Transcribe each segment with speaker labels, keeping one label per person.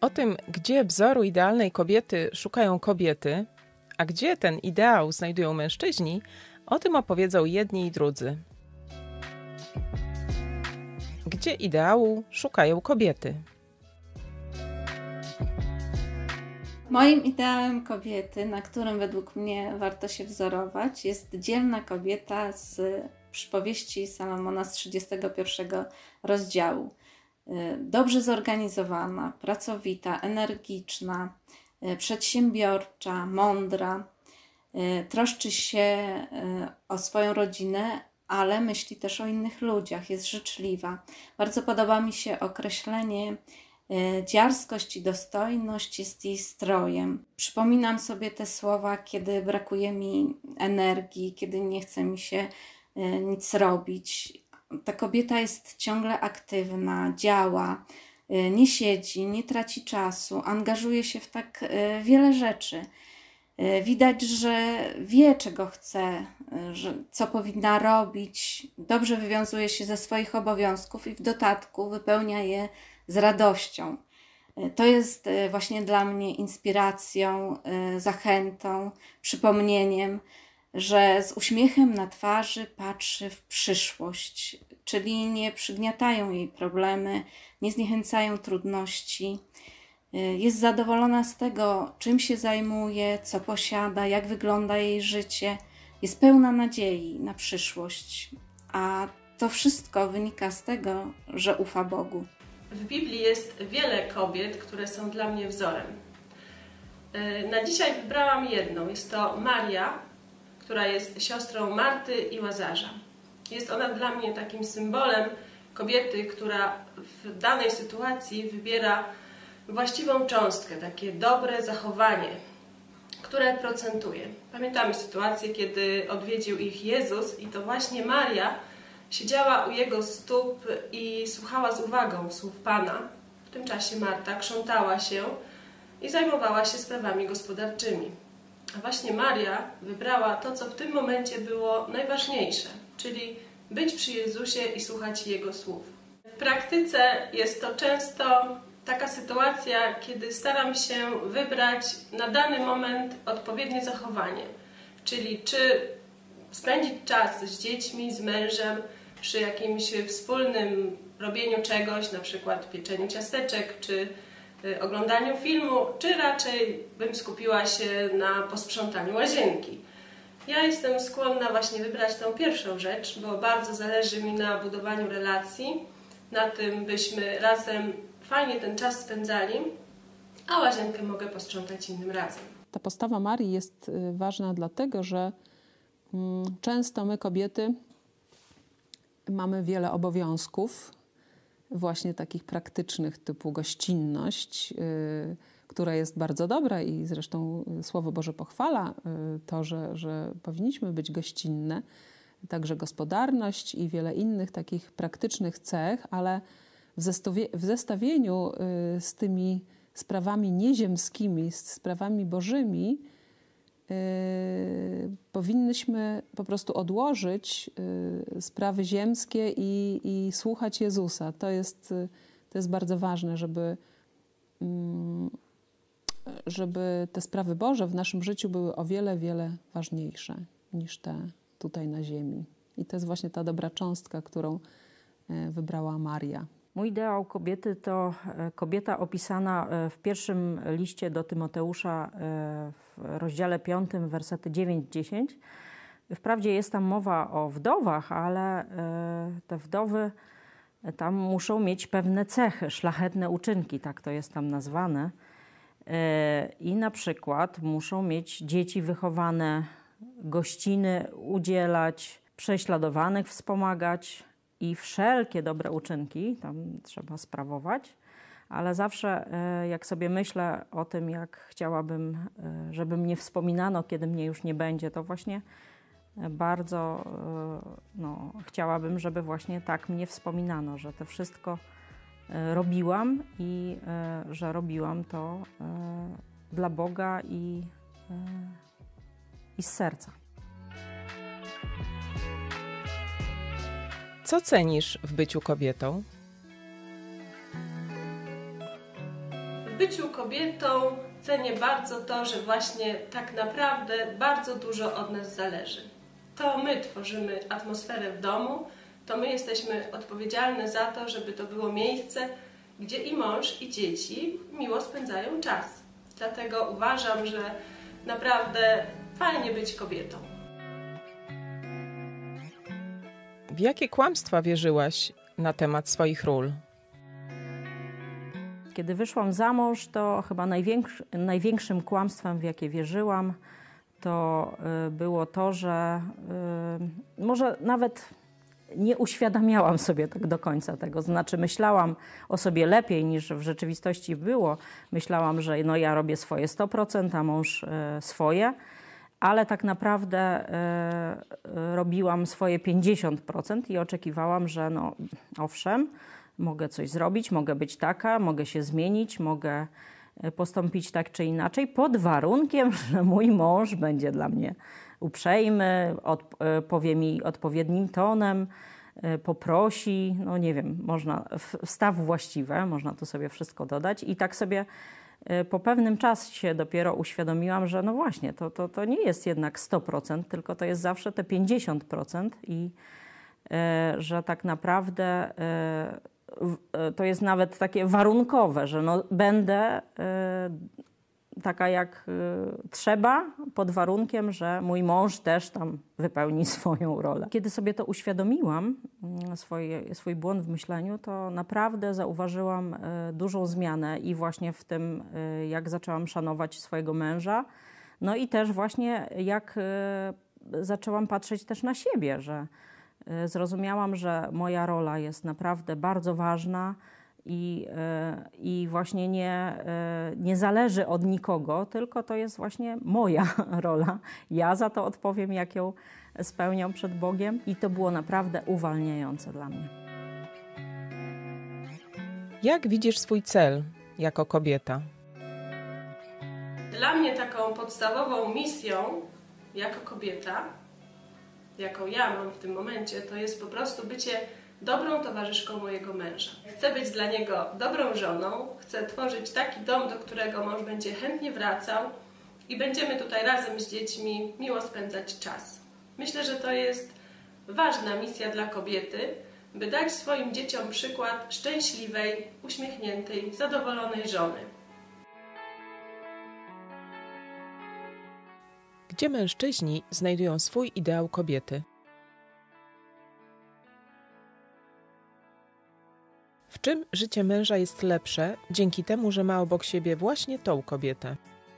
Speaker 1: O tym, gdzie wzoru idealnej kobiety szukają kobiety, a gdzie ten ideał znajdują mężczyźni, o tym opowiedzą jedni i drudzy. Gdzie ideału szukają kobiety?
Speaker 2: Moim ideałem kobiety, na którym według mnie warto się wzorować, jest dzielna kobieta z przypowieści Salomona z 31 rozdziału. Dobrze zorganizowana, pracowita, energiczna, przedsiębiorcza, mądra, troszczy się o swoją rodzinę, ale myśli też o innych ludziach, jest życzliwa. Bardzo podoba mi się określenie dziarskość i dostojność jest jej strojem. Przypominam sobie te słowa, kiedy brakuje mi energii, kiedy nie chce mi się nic robić. Ta kobieta jest ciągle aktywna, działa, nie siedzi, nie traci czasu, angażuje się w tak wiele rzeczy. Widać, że wie, czego chce, co powinna robić, dobrze wywiązuje się ze swoich obowiązków i w dodatku wypełnia je z radością. To jest właśnie dla mnie inspiracją, zachętą, przypomnieniem, że z uśmiechem na twarzy patrzy w przyszłość, czyli nie przygniatają jej problemy, nie zniechęcają trudności. Jest zadowolona z tego, czym się zajmuje, co posiada, jak wygląda jej życie. Jest pełna nadziei na przyszłość, a to wszystko wynika z tego, że ufa Bogu.
Speaker 3: W Biblii jest wiele kobiet, które są dla mnie wzorem. Na dzisiaj wybrałam jedną. Jest to Maria, która jest siostrą Marty i Łazarza. Jest ona dla mnie takim symbolem kobiety, która w danej sytuacji wybiera właściwą cząstkę, takie dobre zachowanie, które procentuje. Pamiętamy sytuację, kiedy odwiedził ich Jezus i to właśnie Maria siedziała u Jego stóp i słuchała z uwagą słów Pana. W tym czasie Marta krzątała się i zajmowała się sprawami gospodarczymi. A właśnie Maria wybrała to, co w tym momencie było najważniejsze, czyli być przy Jezusie i słuchać Jego słów. W praktyce jest to często taka sytuacja, kiedy staram się wybrać na dany moment odpowiednie zachowanie, czyli czy spędzić czas z dziećmi, z mężem, przy jakimś wspólnym robieniu czegoś, na przykład pieczeniu ciasteczek, czy oglądaniu filmu, czy raczej bym skupiła się na posprzątaniu łazienki. Ja jestem skłonna właśnie wybrać tą pierwszą rzecz, bo bardzo zależy mi na budowaniu relacji, na tym, byśmy razem fajnie ten czas spędzali, a łazienkę mogę posprzątać innym razem.
Speaker 4: Ta postawa Marii jest ważna dlatego, że często my kobiety mamy wiele obowiązków, właśnie takich praktycznych typu gościnność, która jest bardzo dobra i zresztą Słowo Boże pochwala to, że powinniśmy być gościnne, także gospodarność i wiele innych takich praktycznych cech, ale w zestawieniu z tymi sprawami nieziemskimi, z sprawami bożymi, powinnyśmy po prostu odłożyć sprawy ziemskie i słuchać Jezusa. To jest bardzo ważne, żeby te sprawy Boże w naszym życiu były o wiele, wiele ważniejsze niż te tutaj na ziemi. I to jest właśnie ta dobra cząstka, którą wybrała Maria.
Speaker 5: Mój ideał kobiety to kobieta opisana w pierwszym liście do Tymoteusza w rozdziale 5, wersety 9-10. Wprawdzie jest tam mowa o wdowach, ale te wdowy tam muszą mieć pewne cechy, szlachetne uczynki, tak to jest tam nazwane. I na przykład muszą mieć dzieci wychowane, gościny udzielać, prześladowanych wspomagać, i wszelkie dobre uczynki tam trzeba sprawować, ale zawsze jak sobie myślę o tym, jak chciałabym, żeby mnie wspominano, kiedy mnie już nie będzie, to właśnie bardzo chciałabym, żeby właśnie tak mnie wspominano, że to wszystko robiłam i że robiłam to dla Boga i z serca.
Speaker 1: Co cenisz w byciu kobietą?
Speaker 3: byciu kobietą cenię bardzo to, że właśnie tak naprawdę bardzo dużo od nas zależy. To my tworzymy atmosferę w domu, to my jesteśmy odpowiedzialne za to, żeby to było miejsce, gdzie i mąż, i dzieci miło spędzają czas. Dlatego uważam, że naprawdę fajnie być kobietą.
Speaker 1: W jakie kłamstwa wierzyłaś na temat swoich ról?
Speaker 5: Kiedy wyszłam za mąż, to chyba największym kłamstwem, w jakie wierzyłam, to było to, że może nawet nie uświadamiałam sobie tak do końca tego. Znaczy myślałam o sobie lepiej niż w rzeczywistości było. Myślałam, że no ja robię swoje 100%, a mąż swoje, ale tak naprawdę robiłam swoje 50% i oczekiwałam, że no owszem, mogę coś zrobić, mogę być taka, mogę się zmienić, mogę postąpić tak czy inaczej, pod warunkiem, że mój mąż będzie dla mnie uprzejmy, powie mi odpowiednim tonem, poprosi, no nie wiem, można wstaw właściwe, można tu sobie wszystko dodać i tak sobie po pewnym czasie dopiero uświadomiłam, że no właśnie, to nie jest jednak 100%, tylko to jest zawsze te 50% i że tak naprawdę to jest nawet takie warunkowe, że no będę taka jak trzeba, pod warunkiem, że mój mąż też tam wypełni swoją rolę. Kiedy sobie to uświadomiłam, swój błąd w myśleniu, to naprawdę zauważyłam dużą zmianę i właśnie w tym, jak zaczęłam szanować swojego męża, no i też właśnie jak zaczęłam patrzeć też na siebie, że zrozumiałam, że moja rola jest naprawdę bardzo ważna i właśnie nie zależy od nikogo, tylko to jest właśnie moja rola. Ja za to odpowiem, jak ją spełniam przed Bogiem i to było naprawdę uwalniające dla mnie.
Speaker 1: Jak widzisz swój cel jako kobieta?
Speaker 3: Dla mnie taką podstawową misją jako kobieta, jaką ja mam w tym momencie, to jest po prostu bycie dobrą towarzyszką mojego męża. Chcę być dla niego dobrą żoną, chcę tworzyć taki dom, do którego mąż będzie chętnie wracał i będziemy tutaj razem z dziećmi miło spędzać czas. Myślę, że to jest ważna misja dla kobiety, by dać swoim dzieciom przykład szczęśliwej, uśmiechniętej, zadowolonej żony.
Speaker 1: Gdzie mężczyźni znajdują swój ideał kobiety? W czym życie męża jest lepsze dzięki temu, że ma obok siebie właśnie tą kobietę?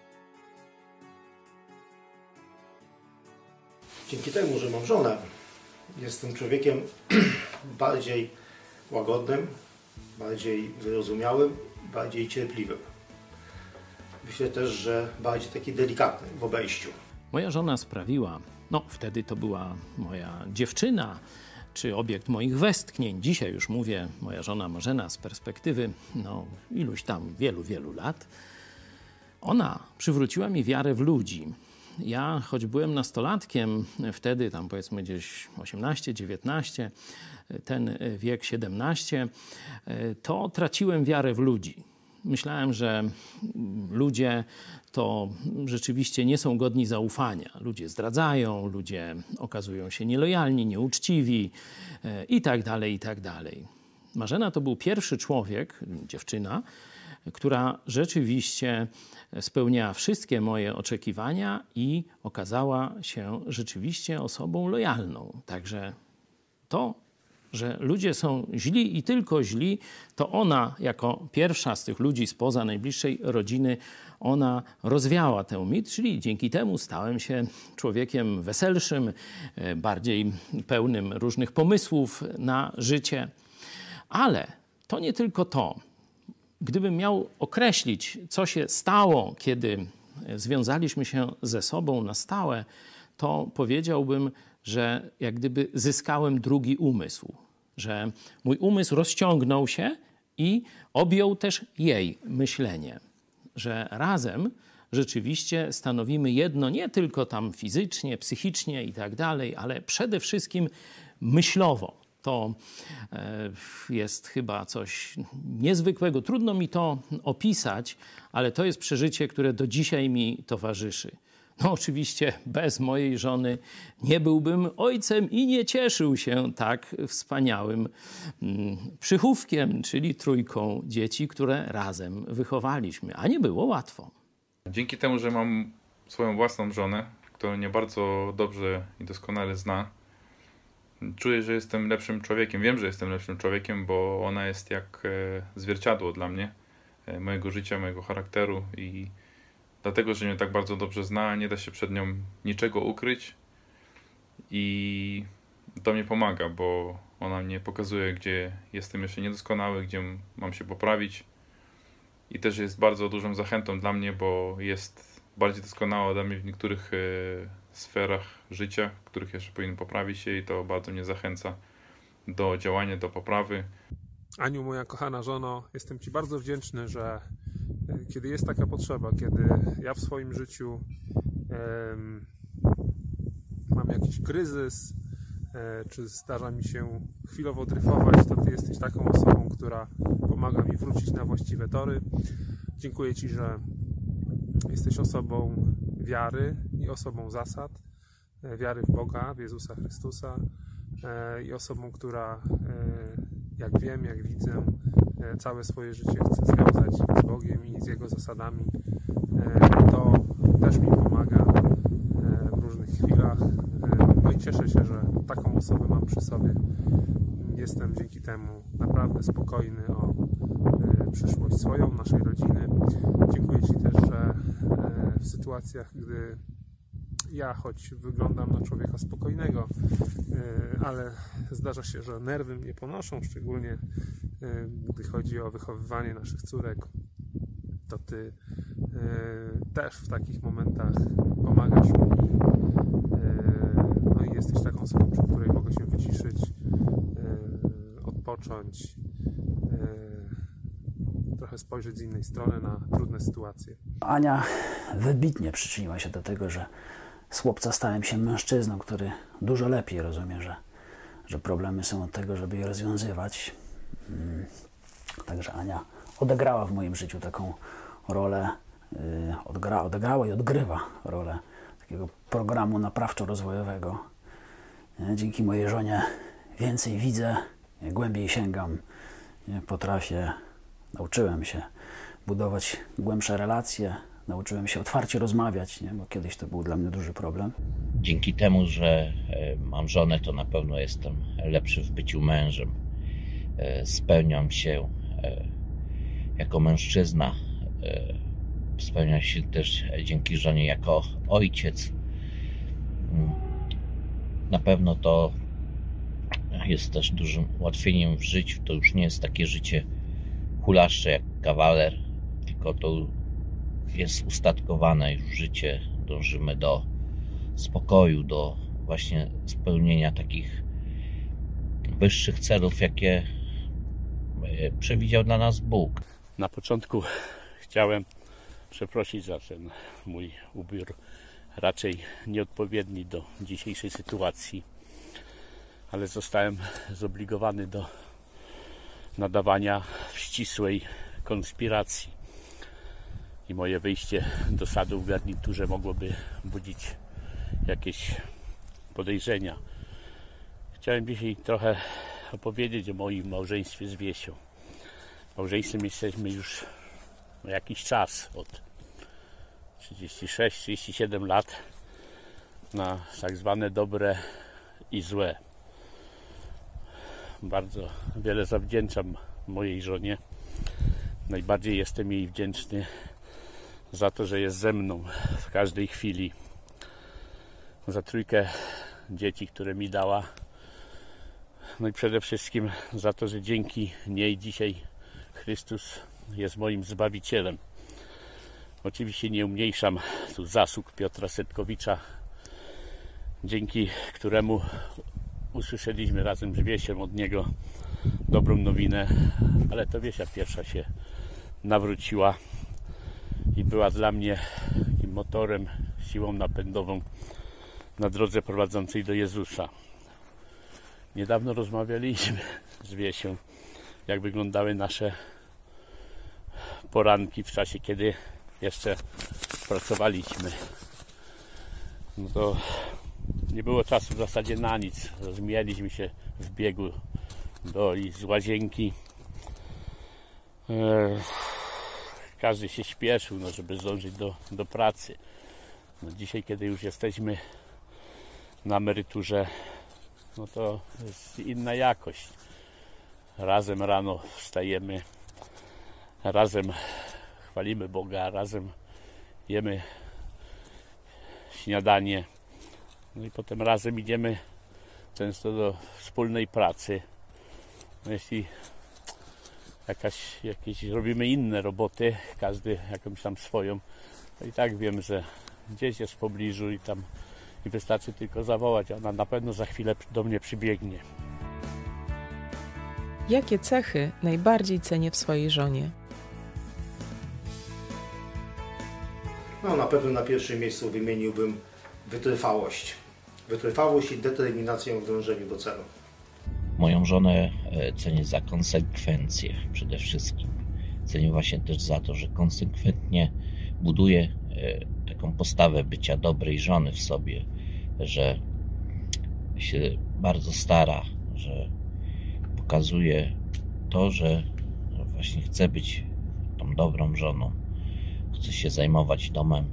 Speaker 6: Dzięki temu, że mam żonę, jestem człowiekiem bardziej łagodnym, bardziej wyrozumiałym, bardziej cierpliwym. Myślę też, że bardziej taki delikatny w obejściu.
Speaker 7: Moja żona sprawiła, wtedy to była moja dziewczyna, czy obiekt moich westchnień. Dzisiaj już mówię, moja żona Marzena z perspektywy iluś tam wielu lat. Ona przywróciła mi wiarę w ludzi. Ja, choć byłem nastolatkiem, wtedy tam powiedzmy gdzieś 18, 19, ten wiek 17, to traciłem wiarę w ludzi. Myślałem, że ludzie to rzeczywiście nie są godni zaufania. Ludzie zdradzają, ludzie okazują się nielojalni, nieuczciwi i tak dalej. Marzena to był pierwszy człowiek, dziewczyna, która rzeczywiście spełniała wszystkie moje oczekiwania i okazała się rzeczywiście osobą lojalną. Także to, że ludzie są źli i tylko źli, to ona jako pierwsza z tych ludzi spoza najbliższej rodziny, ona rozwiała tę mit, czyli dzięki temu stałem się człowiekiem weselszym, bardziej pełnym różnych pomysłów na życie. Ale to nie tylko to. Gdybym miał określić, co się stało, kiedy związaliśmy się ze sobą na stałe, to powiedziałbym, że jak gdyby zyskałem drugi umysł, że mój umysł rozciągnął się i objął też jej myślenie, że razem rzeczywiście stanowimy jedno nie tylko tam fizycznie, psychicznie i tak dalej, ale przede wszystkim myślowo. to jest chyba coś niezwykłego. Trudno mi to opisać, ale to jest przeżycie, które do dzisiaj mi towarzyszy. No oczywiście bez mojej żony nie byłbym ojcem i nie cieszył się tak wspaniałym przychówkiem, czyli trójką dzieci, które razem wychowaliśmy, a nie było łatwo.
Speaker 8: Dzięki temu, że mam swoją własną żonę, która mnie bardzo dobrze i doskonale zna, czuję, że jestem lepszym człowiekiem. Wiem, że jestem lepszym człowiekiem, bo ona jest jak zwierciadło dla mnie, mojego życia, mojego charakteru i dlatego, że mnie tak bardzo dobrze zna, nie da się przed nią niczego ukryć i to mnie pomaga, bo ona mnie pokazuje, gdzie jestem jeszcze niedoskonały, gdzie mam się poprawić i też jest bardzo dużą zachętą dla mnie, bo jest bardziej doskonała ode mnie w niektórych sferach życia, w których jeszcze powinien poprawić się i to bardzo mnie zachęca do działania, do poprawy.
Speaker 9: Aniu, moja kochana żono, jestem Ci bardzo wdzięczny, że kiedy jest taka potrzeba, kiedy ja w swoim życiu mam jakiś kryzys, czy zdarza mi się chwilowo dryfować, to Ty jesteś taką osobą, która pomaga mi wrócić na właściwe tory. Dziękuję Ci, że jesteś osobą wiary i osobą zasad, wiary w Boga, w Jezusa Chrystusa i osobą, która, jak wiem, jak widzę, całe swoje życie chce związać z Bogiem i z Jego zasadami. To też mi pomaga w różnych chwilach. No i cieszę się, że taką osobę mam przy sobie. Jestem dzięki temu naprawdę spokojny o przyszłość swoją, naszej rodziny. Dziękuję Ci też, że w sytuacjach, gdy ja choć wyglądam na człowieka spokojnego, ale zdarza się, że nerwy mnie ponoszą, szczególnie gdy chodzi o wychowywanie naszych córek, to Ty też w takich momentach pomagasz mi. No i jesteś taką osobą, przy której mogę się wyciszyć, odpocząć, trochę spojrzeć z innej strony na trudne sytuacje.
Speaker 10: Ania wybitnie przyczyniła się do tego, że z chłopca stałem się mężczyzną, który dużo lepiej rozumie, że problemy są od tego, żeby je rozwiązywać. Także Ania odegrała w moim życiu taką rolę, odegrała i odgrywa rolę takiego programu naprawczo-rozwojowego. Dzięki mojej żonie więcej widzę, głębiej sięgam, nauczyłem się budować głębsze relacje, nauczyłem się otwarcie rozmawiać, bo kiedyś to był dla mnie duży problem.
Speaker 11: Dzięki temu, że mam żonę, to na pewno jestem lepszy w byciu mężem. Spełniam się jako mężczyzna. Spełniam się też dzięki żonie jako ojciec. Na pewno to jest też dużym ułatwieniem w życiu. To już nie jest takie życie hulaszcze jak kawaler, tylko to jest ustatkowane już życie. Dążymy do spokoju, do właśnie spełnienia takich wyższych celów, jakie przewidział dla nas Bóg.
Speaker 12: Na początku chciałem przeprosić za ten mój ubiór raczej nieodpowiedni do dzisiejszej sytuacji, ale zostałem zobligowany do nadawania w ścisłej konspiracji i moje wyjście do sadu w garniturze mogłoby budzić jakieś podejrzenia. Chciałem dzisiaj trochę opowiedzieć o moim małżeństwie z Wiesią. Małżeństwem jesteśmy już jakiś czas, od 36-37 lat, na tak zwane dobre i złe. Bardzo wiele zawdzięczam mojej żonie. Najbardziej jestem jej wdzięczny za to, że jest ze mną w każdej chwili. Za trójkę dzieci, które mi dała. No i przede wszystkim za to, że dzięki niej dzisiaj Chrystus jest moim Zbawicielem. Oczywiście nie umniejszam tu zasług Piotra Setkowicza, dzięki któremu usłyszeliśmy razem z Wiesiem od niego dobrą nowinę, ale to Wiesia pierwsza się nawróciła i była dla mnie takim motorem, siłą napędową na drodze prowadzącej do Jezusa. Niedawno rozmawialiśmy z Wiesią, jak wyglądały nasze poranki w czasie, kiedy jeszcze pracowaliśmy. No to nie było czasu w zasadzie na nic. Rozmijaliśmy się w biegu z łazienki. Każdy się śpieszył, no, żeby zdążyć do pracy. No, dzisiaj, kiedy już jesteśmy na emeryturze, no to jest inna jakość. Razem rano wstajemy, razem chwalimy Boga, razem jemy śniadanie, no i potem razem idziemy często do wspólnej pracy. No jeśli jakieś robimy inne roboty, każdy jakąś tam swoją, to i tak wiem, że gdzieś jest w pobliżu i wystarczy tylko zawołać, ona na pewno za chwilę do mnie przybiegnie.
Speaker 1: Jakie cechy najbardziej cenię w swojej żonie?
Speaker 6: No, na pewno na pierwszym miejscu wymieniłbym wytrwałość. Wytrwałość i determinację w dążeniu do celu.
Speaker 11: Moją żonę cenię za konsekwencję przede wszystkim. Cenię właśnie też za to, że konsekwentnie buduje taką postawę bycia dobrej żony w sobie, że się bardzo stara, że pokazuje to, że właśnie chce być tą dobrą żoną. Chce się zajmować domem,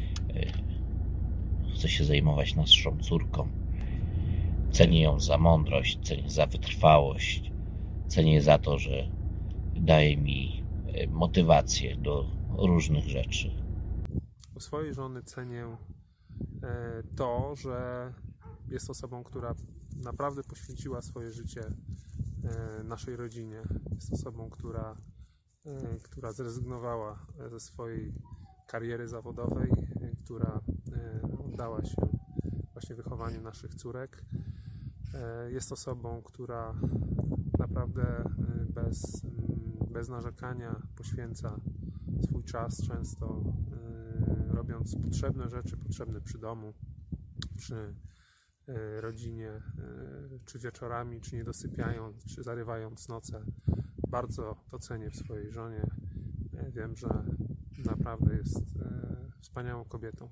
Speaker 11: chce się zajmować naszą córką. Cenię ją za mądrość, cenię za wytrwałość, cenię za to, że daje mi motywację do różnych rzeczy.
Speaker 9: U swojej żony cenię to, że jest osobą, która naprawdę poświęciła swoje życie naszej rodzinie. Jest osobą, która zrezygnowała ze swojej kariery zawodowej, która oddała się właśnie wychowaniu naszych córek. Jest osobą, która naprawdę bez narzekania poświęca swój czas, często robiąc potrzebne rzeczy, potrzebne przy domu, przy rodzinie, czy wieczorami, czy nie dosypiając, czy zarywając noce. Bardzo to cenię w swojej żonie. Wiem, że naprawdę jest wspaniałą kobietą,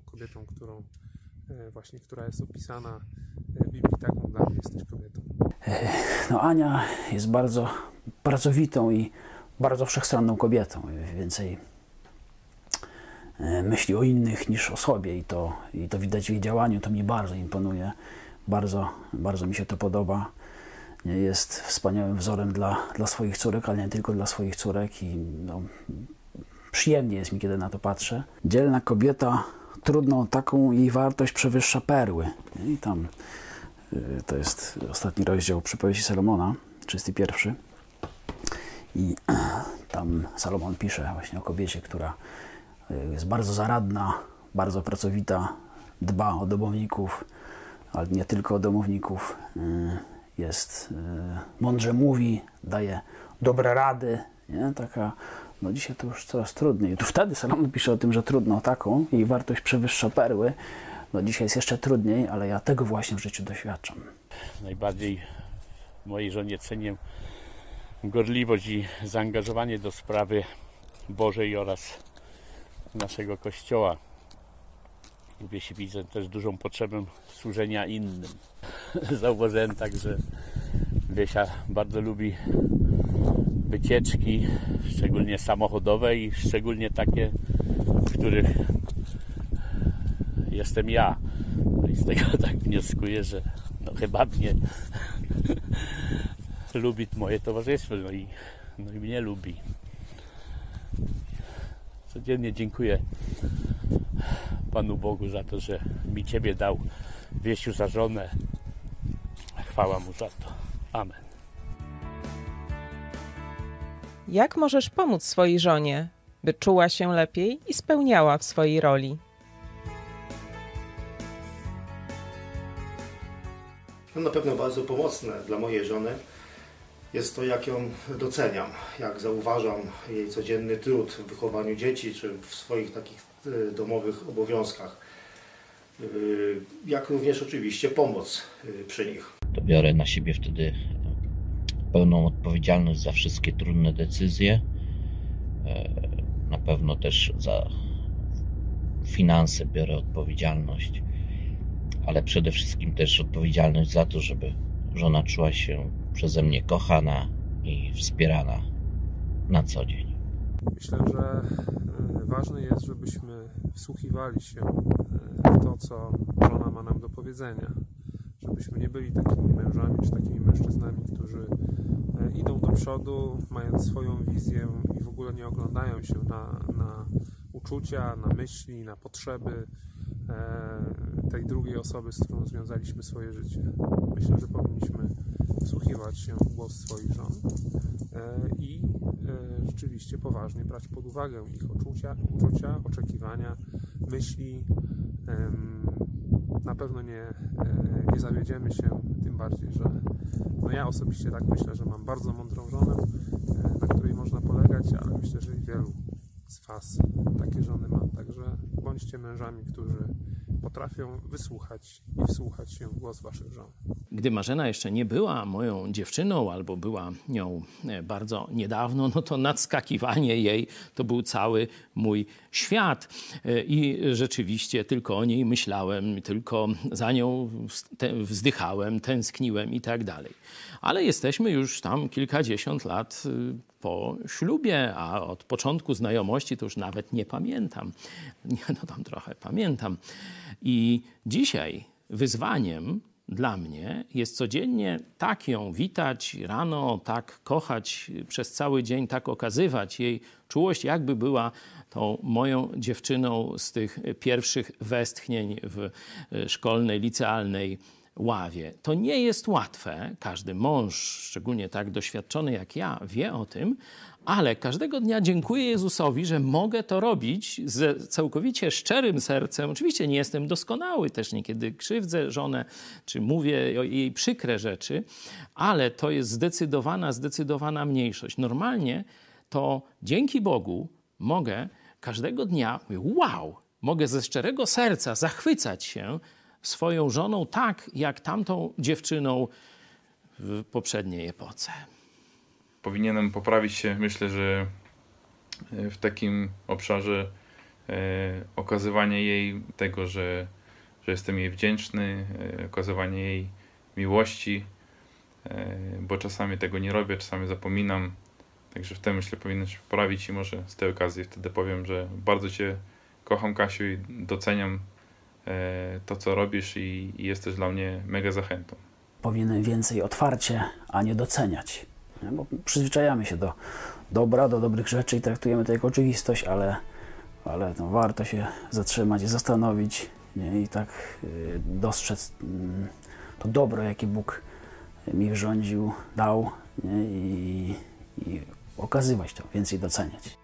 Speaker 9: która jest opisana w Biblii, taką dla mnie jesteś kobietą.
Speaker 10: No, Ania jest bardzo pracowitą i bardzo wszechstronną kobietą. Więcej myśli o innych niż o sobie i to widać w jej działaniu. To mi bardzo imponuje. Bardzo mi się to podoba. Jest wspaniałym wzorem dla swoich córek, ale nie tylko dla swoich córek i no, przyjemnie jest mi, kiedy na to patrzę. Dzielna kobieta, trudną taką, jej wartość przewyższa perły. I tam to jest ostatni rozdział Przypowieści Salomona, 31. I tam Salomon pisze właśnie o kobiecie, która jest bardzo zaradna, bardzo pracowita, dba o domowników, ale nie tylko o domowników. Mądrze mówi, daje dobre rady. Nie? Taka, no dzisiaj to już coraz trudniej. Tu wtedy Salomon pisze o tym, że trudno taką, jej wartość przewyższa perły. No dzisiaj jest jeszcze trudniej, ale ja tego właśnie w życiu doświadczam.
Speaker 12: Najbardziej w mojej żonie cenię gorliwość i zaangażowanie do sprawy Bożej oraz naszego Kościoła. Lubię się, widzę też dużą potrzebę służenia innym. Zauważyłem tak, że Wiesia bardzo lubi wycieczki, szczególnie samochodowe i szczególnie takie, w których jestem ja. No i z tego tak wnioskuję, że no chyba mnie lubi moje towarzystwo, no i mnie lubi. Codziennie dziękuję Panu Bogu za to, że mi Ciebie dał, Wiesiu, za żonę. Chwała Mu za to. Amen.
Speaker 1: Jak możesz pomóc swojej żonie, by czuła się lepiej i spełniała w swojej roli?
Speaker 6: No, na pewno bardzo pomocne dla mojej żony jest to, jak ją doceniam, jak zauważam jej codzienny trud w wychowaniu dzieci, czy w swoich takich domowych obowiązkach. Jak również oczywiście pomoc przy nich.
Speaker 11: To biorę na siebie wtedy pełną odpowiedzialność za wszystkie trudne decyzje. Na pewno też za finanse biorę odpowiedzialność, ale przede wszystkim też odpowiedzialność za to, żeby żona czuła się przeze mnie kochana i wspierana na co dzień.
Speaker 9: Myślę, że ważne jest, żebyśmy wsłuchiwali się w to, co żona ma nam do powiedzenia. Żebyśmy nie byli takimi mężami czy takimi mężczyznami, którzy idą do przodu, mając swoją wizję i w ogóle nie oglądają się na uczucia, na myśli, na potrzeby tej drugiej osoby, z którą związaliśmy swoje życie. Myślę, że powinniśmy wsłuchiwać się w głos swoich żon i rzeczywiście poważnie brać pod uwagę ich uczucia, oczekiwania, myśli. Na pewno nie zawiedziemy się, tym bardziej, że ja osobiście tak myślę, że mam bardzo mądrą żonę, na której można polegać, ale myślę, że i wielu z Was takie żony ma. Także bądźcie mężami, którzy potrafią wysłuchać i wsłuchać się w głos Waszych żon.
Speaker 7: Gdy Marzena jeszcze nie była moją dziewczyną albo była nią bardzo niedawno, no to nadskakiwanie jej to był cały mój świat. I rzeczywiście tylko o niej myślałem, tylko za nią wzdychałem, tęskniłem i tak dalej. Ale jesteśmy już tam kilkadziesiąt lat po ślubie, a od początku znajomości to już nawet nie pamiętam. No tam trochę pamiętam. I dzisiaj wyzwaniem dla mnie jest codziennie tak ją witać rano, tak kochać przez cały dzień, tak okazywać jej czułość, jakby była tą moją dziewczyną z tych pierwszych westchnień w szkolnej, licealnej ławie. To nie jest łatwe. Każdy mąż, szczególnie tak doświadczony jak ja, wie o tym, ale każdego dnia dziękuję Jezusowi, że mogę to robić z całkowicie szczerym sercem. Oczywiście nie jestem doskonały, też niekiedy krzywdzę żonę, czy mówię jej przykre rzeczy, ale to jest zdecydowana mniejszość. Normalnie to dzięki Bogu mogę każdego dnia, wow, mogę ze szczerego serca zachwycać się swoją żoną tak, jak tamtą dziewczyną w poprzedniej epoce.
Speaker 8: Powinienem poprawić się, myślę, że w takim obszarze okazywania jej tego, że jestem jej wdzięczny, okazywanie jej miłości, bo czasami tego nie robię, czasami zapominam. Także w tym, myślę, powinienem się poprawić i może z tej okazji wtedy powiem, że bardzo Cię kocham, Kasiu, i doceniam to, co robisz i jesteś dla mnie mega zachętą.
Speaker 10: Powinienem więcej otwarcie, a nie doceniać. Bo przyzwyczajamy się do dobra, do dobrych rzeczy i traktujemy to jako oczywistość, ale no, warto się zatrzymać i zastanowić, nie? I tak dostrzec to dobro, jakie Bóg mi wyrządził, dał, nie? I okazywać to, więcej doceniać.